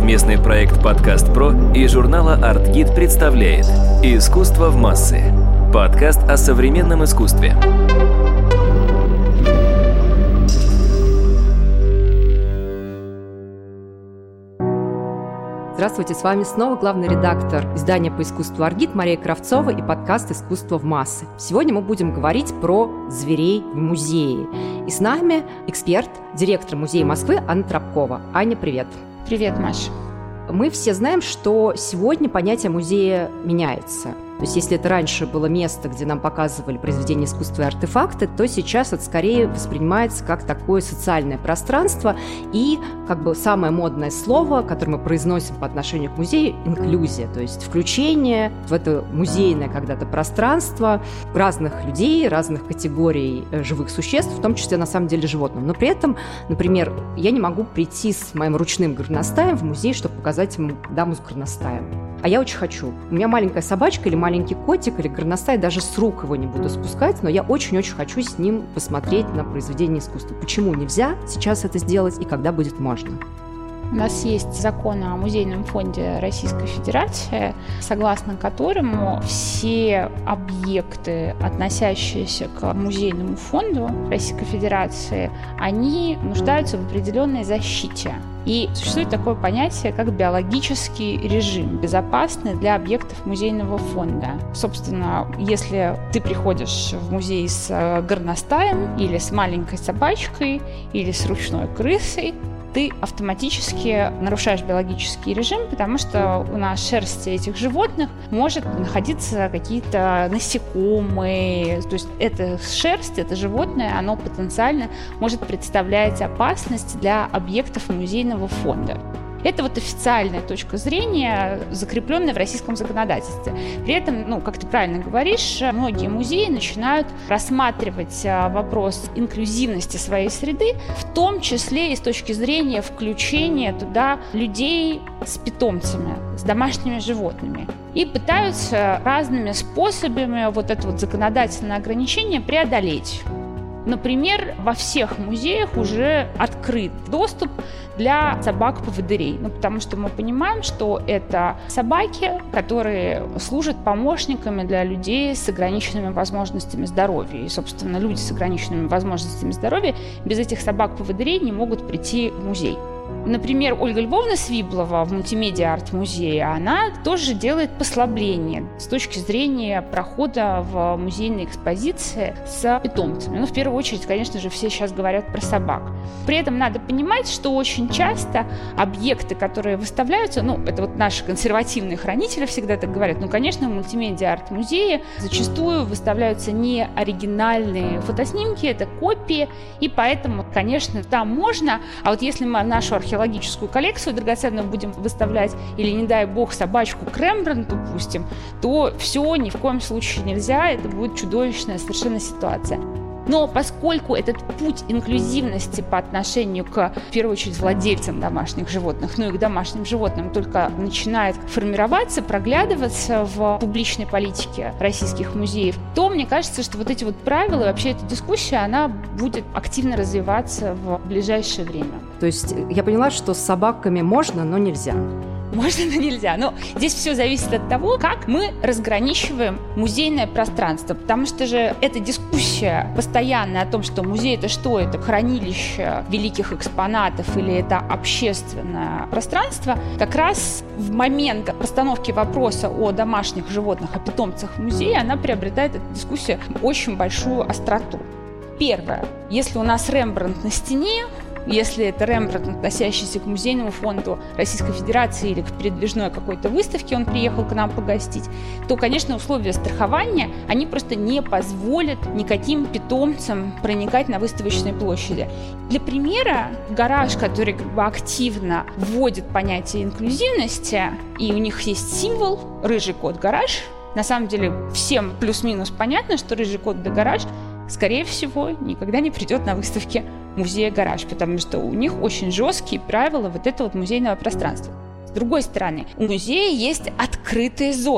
Совместный проект «Подкаст Про» и журнала «Артгид» представляет «Искусство в массы». Подкаст о современном искусстве. Здравствуйте, с вами снова главный редактор издания по искусству «Артгид» Мария Кравцова и подкаст «Искусство в массы». Сегодня мы будем говорить про зверей в музее. И с нами эксперт, директор музея Москвы Анна Тропкова. Аня, привет. Привет, Маша. Мы все знаем, что сегодня понятие музея меняется. То есть если это раньше было место, где нам показывали произведения искусства и артефакты, то сейчас это скорее воспринимается как такое социальное пространство и как бы самое модное слово, которое мы произносим по отношению к музею – инклюзия, то есть включение в это музейное когда-то пространство разных людей, разных категорий живых существ, в том числе на самом деле животных. Но при этом, например, я не могу прийти с моим ручным горностаем в музей, чтобы показать ему даму с горностаем. А я очень хочу. У меня маленькая собачка или маленький котик, или горностай, даже с рук его не буду спускать, но я очень-очень хочу с ним посмотреть на произведение искусства. Почему нельзя сейчас это сделать и когда будет можно? У нас есть закон о музейном фонде Российской Федерации, согласно которому все объекты, относящиеся к музейному фонду Российской Федерации, они нуждаются в определенной защите. И существует такое понятие, как биологический режим, безопасный для объектов музейного фонда. Собственно, если ты приходишь в музей с горностаем или с маленькой собачкой или с ручной крысой, ты автоматически нарушаешь биологический режим, потому что на шерсти этих животных может находиться какие-то насекомые. То есть эта шерсть, это животное, оно потенциально может представлять опасность для объектов музейного фонда. Это вот официальная точка зрения, закрепленная в российском законодательстве. При этом, как ты правильно говоришь, многие музеи начинают рассматривать вопрос инклюзивности своей среды, в том числе и с точки зрения включения туда людей с питомцами, с домашними животными. И пытаются разными способами вот это вот законодательное ограничение преодолеть. Например, во всех музеях уже открыт доступ для собак-поводырей, потому что мы понимаем, что это собаки, которые служат помощниками для людей с ограниченными возможностями здоровья. И, собственно, люди с ограниченными возможностями здоровья без этих собак-поводырей не могут прийти в музей. Например, Ольга Львовна Свиблова в мультимедиа-арт-музее, она тоже делает послабление с точки зрения прохода в музейные экспозиции с питомцами. В первую очередь, конечно же, все сейчас говорят про собак. При этом надо понимать, что очень часто объекты, которые выставляются, это вот наши консервативные хранители всегда так говорят, конечно, в мультимедиа-арт-музее зачастую выставляются не оригинальные фотоснимки, это копии, и поэтому, конечно, там можно, а вот если мы нашу археологическую коллекцию драгоценную будем выставлять, или, не дай бог, собачку к Рембрандту пустим, то все ни в коем случае нельзя, это будет чудовищная совершенно ситуация. Но поскольку этот путь инклюзивности по отношению к, в первую очередь, владельцам домашних животных, и к домашним животным только начинает формироваться, проглядываться в публичной политике российских музеев, то мне кажется, что вот эти вот правила, вообще эта дискуссия, она будет активно развиваться в ближайшее время. То есть я поняла, что с собаками можно, но нельзя. Можно, но нельзя. Но здесь все зависит от того, как мы разграничиваем музейное пространство. Потому что же эта дискуссия постоянная о том, что музей – это что? Это хранилище великих экспонатов или это общественное пространство, как раз в момент постановки вопроса о домашних животных, о питомцах музея, она приобретает, эта дискуссия, очень большую остроту. Первое. Если у нас Рембрандт на стене, если это Рембрандт, относящийся к музейному фонду Российской Федерации или к передвижной какой-то выставке, он приехал к нам погостить, то, конечно, условия страхования, они просто не позволят никаким питомцам проникать на выставочные площади. Для примера, гараж, который активно вводит понятие инклюзивности, и у них есть символ «Рыжий кот гараж», на самом деле всем плюс-минус понятно, что «Рыжий кот да гараж» скорее всего, никогда не придет на выставке музея «Гараж», потому что у них очень жесткие правила вот этого вот музейного пространства. С другой стороны, у музея есть открытые зоны.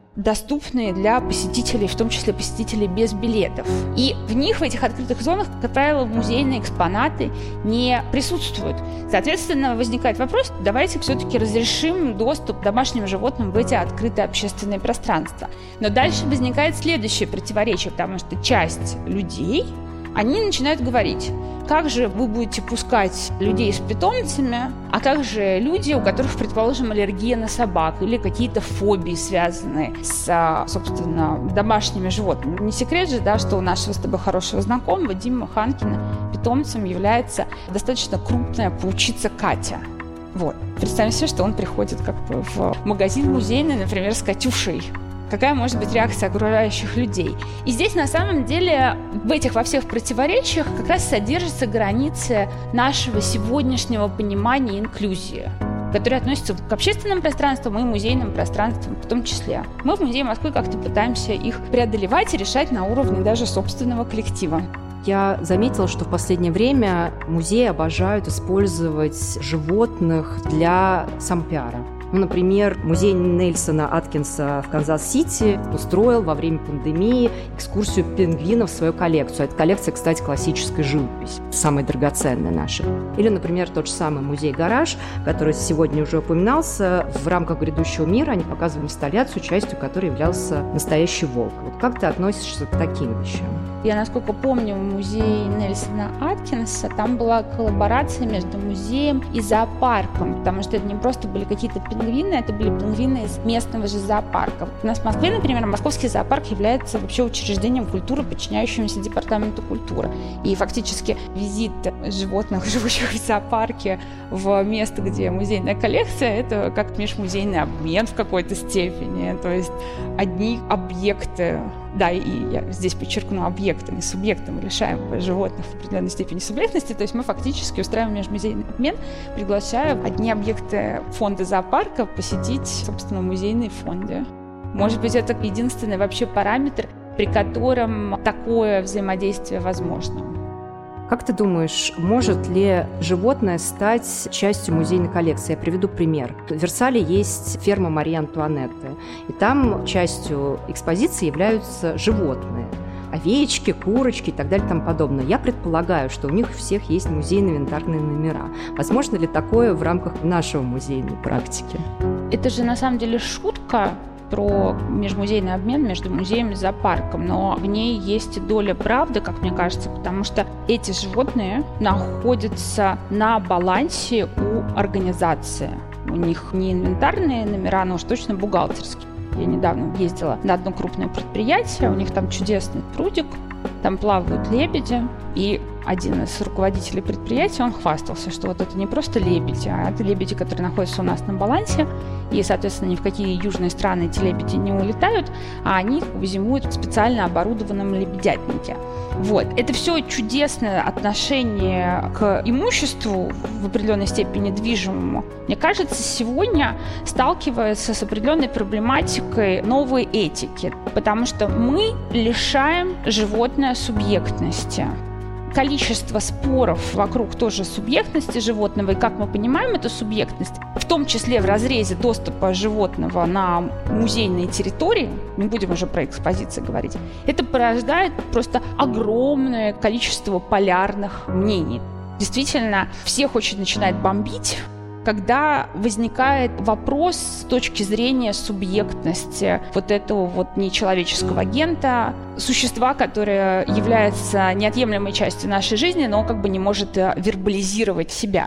доступные для посетителей, в том числе посетителей без билетов. И в них, в этих открытых зонах, как правило, музейные экспонаты не присутствуют. Соответственно, возникает вопрос, давайте все-таки разрешим доступ домашним животным в эти открытые общественные пространства. Но дальше возникает следующее противоречие, потому что часть людей, они начинают говорить, как же вы будете пускать людей с питомцами, а как же люди, у которых, предположим, аллергия на собак или какие-то фобии, связанные с, собственно, домашними животными. Не секрет же, да, что у нашего с тобой хорошего знакомого Димы Ханкина питомцем является достаточно крупная паучица Катя. Вот. Представим себе, что он приходит как бы в магазин музейный, например, с Катюшей. Какая может быть реакция окружающих людей? И здесь, на самом деле, во всех противоречиях как раз содержатся границы нашего сегодняшнего понимания инклюзии, которые относятся к общественным пространствам и музейным пространствам в том числе. Мы в Музее Москвы как-то пытаемся их преодолевать и решать на уровне даже собственного коллектива. Я заметила, что в последнее время музеи обожают использовать животных для самопиара. Например, музей Нельсона Аткинса в Канзас-Сити устроил во время пандемии экскурсию пингвинов в свою коллекцию. Эта коллекция, кстати, классическая живопись, самая драгоценная наша. Или, например, тот же самый музей «Гараж», который сегодня уже упоминался. В рамках «Грядущего мира» они показывали инсталляцию, частью которой являлся настоящий волк. Вот как ты относишься к таким вещам? Я, насколько помню, в музее Нельсона Аткинса там была коллаборация между музеем и зоопарком, потому что это не просто были какие-то пингвины, это были пингвины из местного же зоопарка. У нас в Москве, например, Московский зоопарк является вообще учреждением культуры, подчиняющимся Департаменту культуры. И фактически визит животных, живущих в зоопарке, в место, где музейная коллекция, это как межмузейный обмен в какой-то степени. То есть одни объекты, да, и я здесь подчеркну, объектами, субъектом мы лишаем животных в определенной степени субъектности, то есть мы фактически устраиваем межмузейный обмен, приглашая одни объекты фонда зоопарка посетить, собственно, музейные фонды. Может быть, это единственный вообще параметр, при котором такое взаимодействие возможно. Как ты думаешь, может ли животное стать частью музейной коллекции? Я приведу пример. В Версале есть ферма Марии Антуанетты, и там частью экспозиции являются животные. Овечки, курочки и так далее и тому подобное. Я предполагаю, что у них у всех есть музейно-инвентарные номера. Возможно ли такое в рамках нашего музейной практики? Это же на самом деле шутка про межмузейный обмен между музеем и зоопарком, но в ней есть доля правды, как мне кажется, потому что эти животные находятся на балансе у организации. У них не инвентарные номера, но уж точно бухгалтерские. Я недавно ездила на одно крупное предприятие, у них там чудесный прудик, там плавают лебеди, и один из руководителей предприятия, он хвастался, что вот это не просто лебеди, а это лебеди, которые находятся у нас на балансе, и, соответственно, ни в какие южные страны эти лебеди не улетают, а они зимуют в специально оборудованном лебедятнике. Вот. Это все чудесное отношение к имуществу, в определенной степени движимому, мне кажется, сегодня сталкивается с определенной проблематикой новой этики, потому что мы лишаем животное субъектности. Количество споров вокруг тоже субъектности животного, и как мы понимаем эту субъектность, в том числе в разрезе доступа животного на музейные территории, не будем уже про экспозиции говорить, это порождает просто огромное количество полярных мнений. Действительно, всех очень начинает бомбить, когда возникает вопрос с точки зрения субъектности вот этого вот нечеловеческого агента, существа, которое является неотъемлемой частью нашей жизни, но как бы не может вербализировать себя.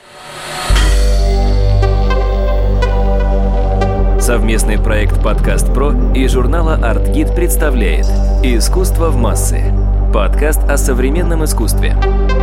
Совместный проект «Подкаст Про» и журнала «Артгид» представляет «Искусство в массы» – подкаст о современном искусстве.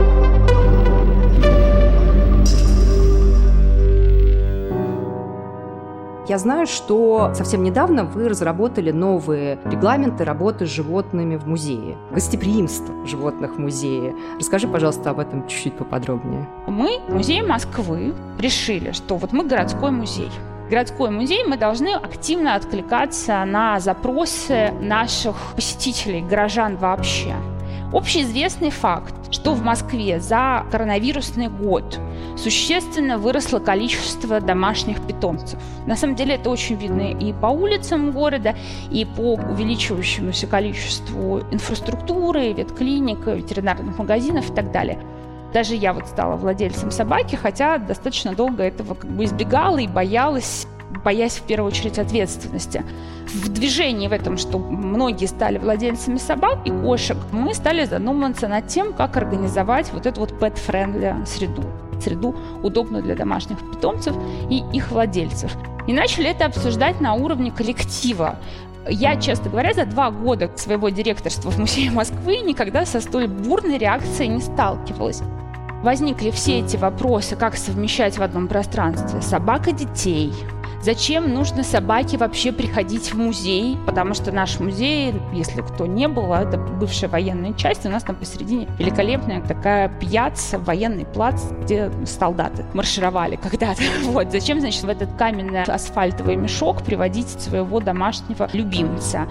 Я знаю, что совсем недавно вы разработали новые регламенты работы с животными в музее. Гостеприимство животных в музее. Расскажи, пожалуйста, об этом чуть-чуть поподробнее. Мы, Музей Москвы, решили, что вот мы городской музей. Городской музей, мы должны активно откликаться на запросы наших посетителей, горожан вообще. Общеизвестный факт, что в Москве за коронавирусный год существенно выросло количество домашних питомцев. На самом деле это очень видно и по улицам города, и по увеличивающемуся количеству инфраструктуры, ветклиник, ветеринарных магазинов и так далее. Даже я стала владельцем собаки, хотя достаточно долго этого избегала и боялась в первую очередь ответственности. В движении в этом, что многие стали владельцами собак и кошек, мы стали задумываться над тем, как организовать эту pet-friendly среду, удобную для домашних питомцев и их владельцев. И начали это обсуждать на уровне коллектива. Я, честно говоря, за 2 года своего директорства в Музее Москвы никогда со столь бурной реакцией не сталкивалась. Возникли все эти вопросы, как совмещать в одном пространстве собак и детей. Зачем нужно собаке вообще приходить в музей? Потому что наш музей, если кто не был, это бывшая военная часть. У нас там посередине великолепная такая пьяцца, военный плац, где солдаты маршировали когда-то. Зачем, значит, в этот каменный асфальтовый мешок приводить своего домашнего любимца?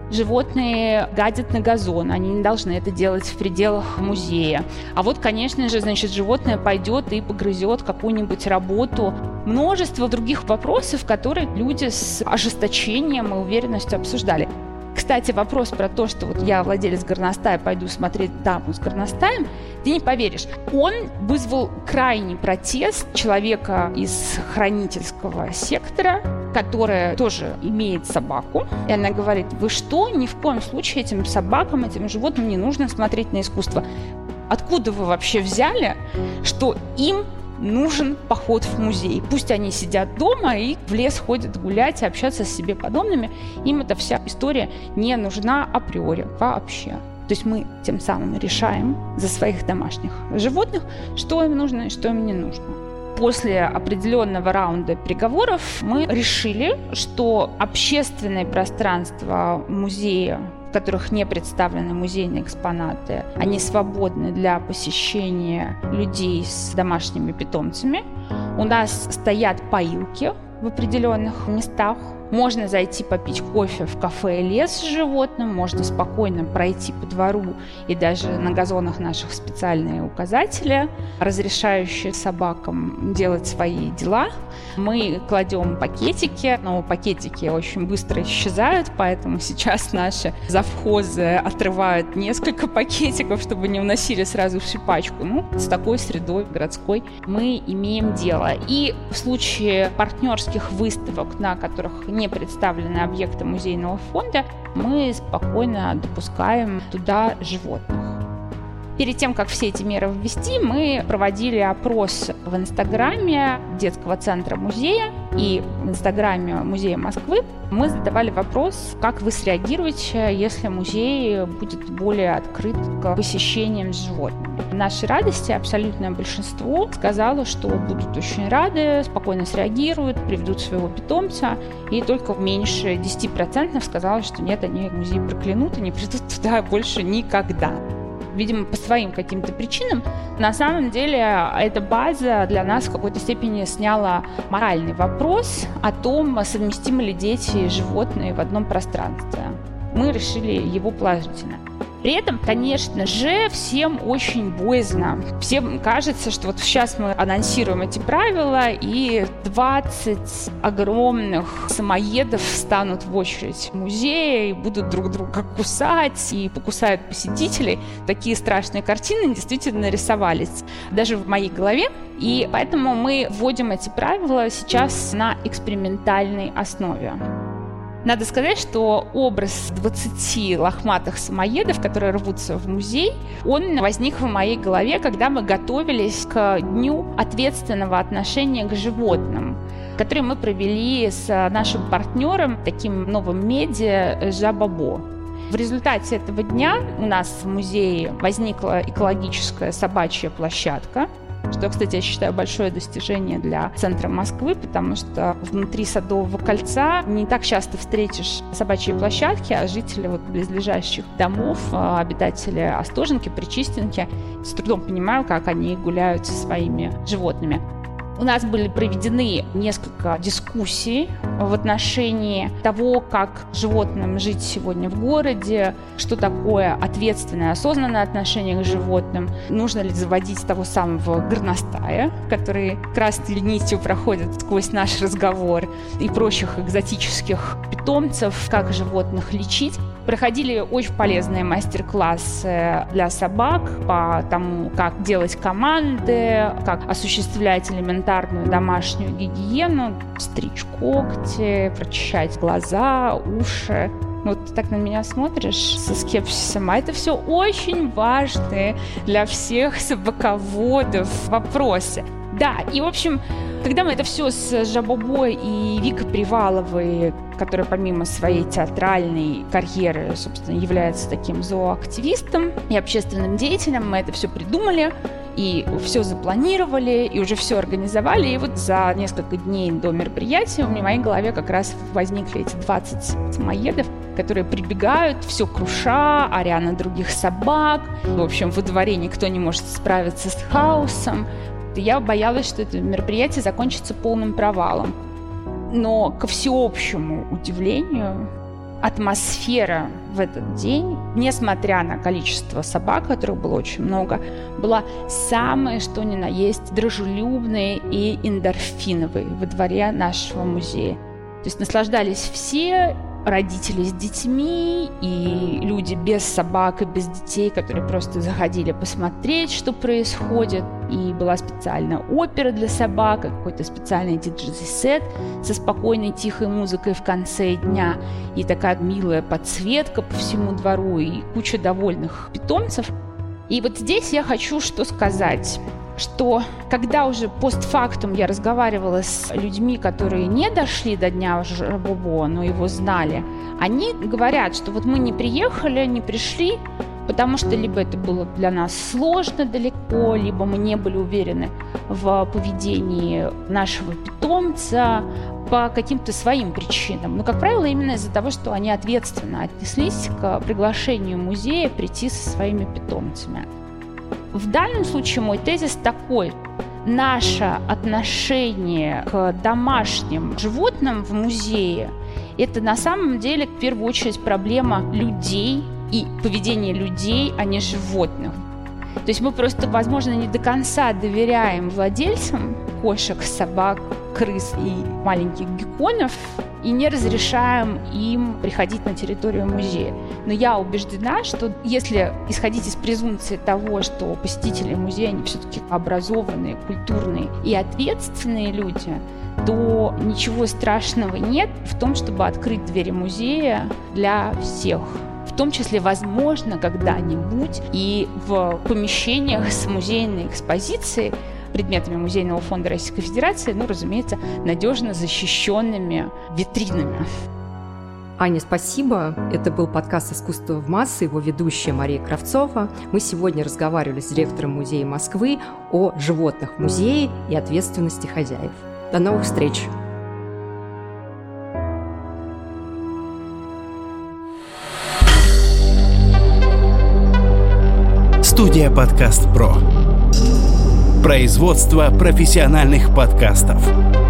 Животные гадят на газон, они не должны это делать в пределах музея. А конечно же, животное пойдет и погрызет какую-нибудь работу. Множество других вопросов, которые люди с ожесточением и уверенностью обсуждали. Кстати, вопрос про то, что я владелец горностая, пойду смотреть даму с горностаем, ты не поверишь. Он вызвал крайний протест человека из хранительского сектора, которая тоже имеет собаку. И она говорит: вы что, ни в коем случае этим собакам, этим животным не нужно смотреть на искусство. Откуда вы вообще взяли, что им нужен поход в музей? Пусть они сидят дома и в лес ходят гулять и общаться с себе подобными. Им эта вся история не нужна априори вообще. То есть мы тем самым решаем за своих домашних животных, что им нужно и что им не нужно. После определенного раунда переговоров мы решили, что общественное пространство музея, в которых не представлены музейные экспонаты, они свободны для посещения людей с домашними питомцами. У нас стоят поилки в определенных местах. Можно зайти попить кофе в кафе «Лес» с животным, можно спокойно пройти по двору, и даже на газонах наших специальные указатели, разрешающие собакам делать свои дела. Мы кладем пакетики, но пакетики очень быстро исчезают, поэтому сейчас наши завхозы отрывают несколько пакетиков, чтобы не уносили сразу всю пачку. С такой средой городской мы имеем дело. И в случае партнерских выставок, на которых не представлены объекты музейного фонда, мы спокойно допускаем туда животных. Перед тем, как все эти меры ввести, мы проводили опрос в Инстаграме детского центра музея и в Инстаграме Музея Москвы. Мы задавали вопрос, как вы среагируете, если музей будет более открыт к посещениям с животными. В нашей радости абсолютное большинство сказало, что будут очень рады, спокойно среагируют, приведут своего питомца, и только меньше 10% сказало, что нет, они музей проклянут и не придут туда больше никогда. Видимо, по своим каким-то причинам. На самом деле, эта база для нас в какой-то степени сняла моральный вопрос о том, совместимы ли дети и животные в одном пространстве. Мы решили его положительно. При этом, конечно же, всем очень боязно. Всем кажется, что сейчас мы анонсируем эти правила, и 20 огромных самоедов встанут в очередь в музее и будут друг друга кусать, и покусают посетителей. Такие страшные картины действительно рисовались даже в моей голове. И поэтому мы вводим эти правила сейчас на экспериментальной основе. Надо сказать, что образ 20 лохматых самоедов, которые рвутся в музей, он возник в моей голове, когда мы готовились к Дню ответственного отношения к животным, который мы провели с нашим партнером, таким новым медиа «Жабобо». В результате этого дня у нас в музее возникла экологическая собачья площадка, что, кстати, я считаю большое достижение для центра Москвы, потому что внутри Садового кольца не так часто встретишь собачьи площадки, а жители близлежащих домов, обитатели Остоженки, Причистенки, с трудом понимаю, как они гуляют со своими животными. У нас были проведены несколько дискуссий в отношении того, как животным жить сегодня в городе, что такое ответственное, осознанное отношение к животным, нужно ли заводить того самого горностая, который красной нитью проходит сквозь наш разговор, и прочих экзотических питомцев, как животных лечить. Проходили очень полезные мастер-классы для собак по тому, как делать команды, как осуществлять элементарную домашнюю гигиену, стричь когти, прочищать глаза, уши. Вот ты так на меня смотришь со скепсисом, а это все очень важные для всех собаководов вопросы. Да, и в общем, когда мы это все с Жабобой и Викой Приваловой, которая помимо своей театральной карьеры, собственно, является таким зооактивистом и общественным деятелем, мы это все придумали и все запланировали, и уже все организовали. И вот за несколько дней до мероприятия у меня в моей голове как раз возникли эти 20 самоедов, которые прибегают, все круша, оря на других собак. В общем, во дворе никто не может справиться с хаосом. Я боялась, что это мероприятие закончится полным провалом. Но, ко всеобщему удивлению, атмосфера в этот день, несмотря на количество собак, которых было очень много, была самое что ни на есть дружелюбной и эндорфиновой во дворе нашего музея. То есть наслаждались все, родители с детьми и люди без собак и без детей, которые просто заходили посмотреть, что происходит. И была специальная опера для собак, какой-то специальный диджей-сет со спокойной тихой музыкой в конце дня, и такая милая подсветка по всему двору, и куча довольных питомцев. И вот здесь я хочу что сказать. Что когда уже постфактум я разговаривала с людьми, которые не дошли до Дня Жабобо, но его знали, они говорят, что вот мы не приехали, не пришли, потому что либо это было для нас сложно далеко, либо мы не были уверены в поведении нашего питомца по каким-то своим причинам. Но, как правило, именно из-за того, что они ответственно отнеслись к приглашению музея прийти со своими питомцами. В данном случае мой тезис такой. Наше отношение к домашним животным в музее – это на самом деле в первую очередь проблема людей и поведения людей, а не животных. То есть мы просто, возможно, не до конца доверяем владельцам кошек, собак, крыс и маленьких гекконов и не разрешаем им приходить на территорию музея. Но я убеждена, что если исходить из презумпции того, что посетители музея, они все-таки образованные, культурные и ответственные люди, то ничего страшного нет в том, чтобы открыть двери музея для всех. В том числе, возможно, когда-нибудь и в помещениях с музейной экспозицией, предметами Музейного фонда Российской Федерации, разумеется, надежно защищенными витринами. Аня, спасибо. Это был подкаст «Искусство в массы», его ведущая Мария Кравцова. Мы сегодня разговаривали с директором Музея Москвы о животных в музее и ответственности хозяев. До новых встреч! Студия «Подкаст Про». Производство профессиональных подкастов.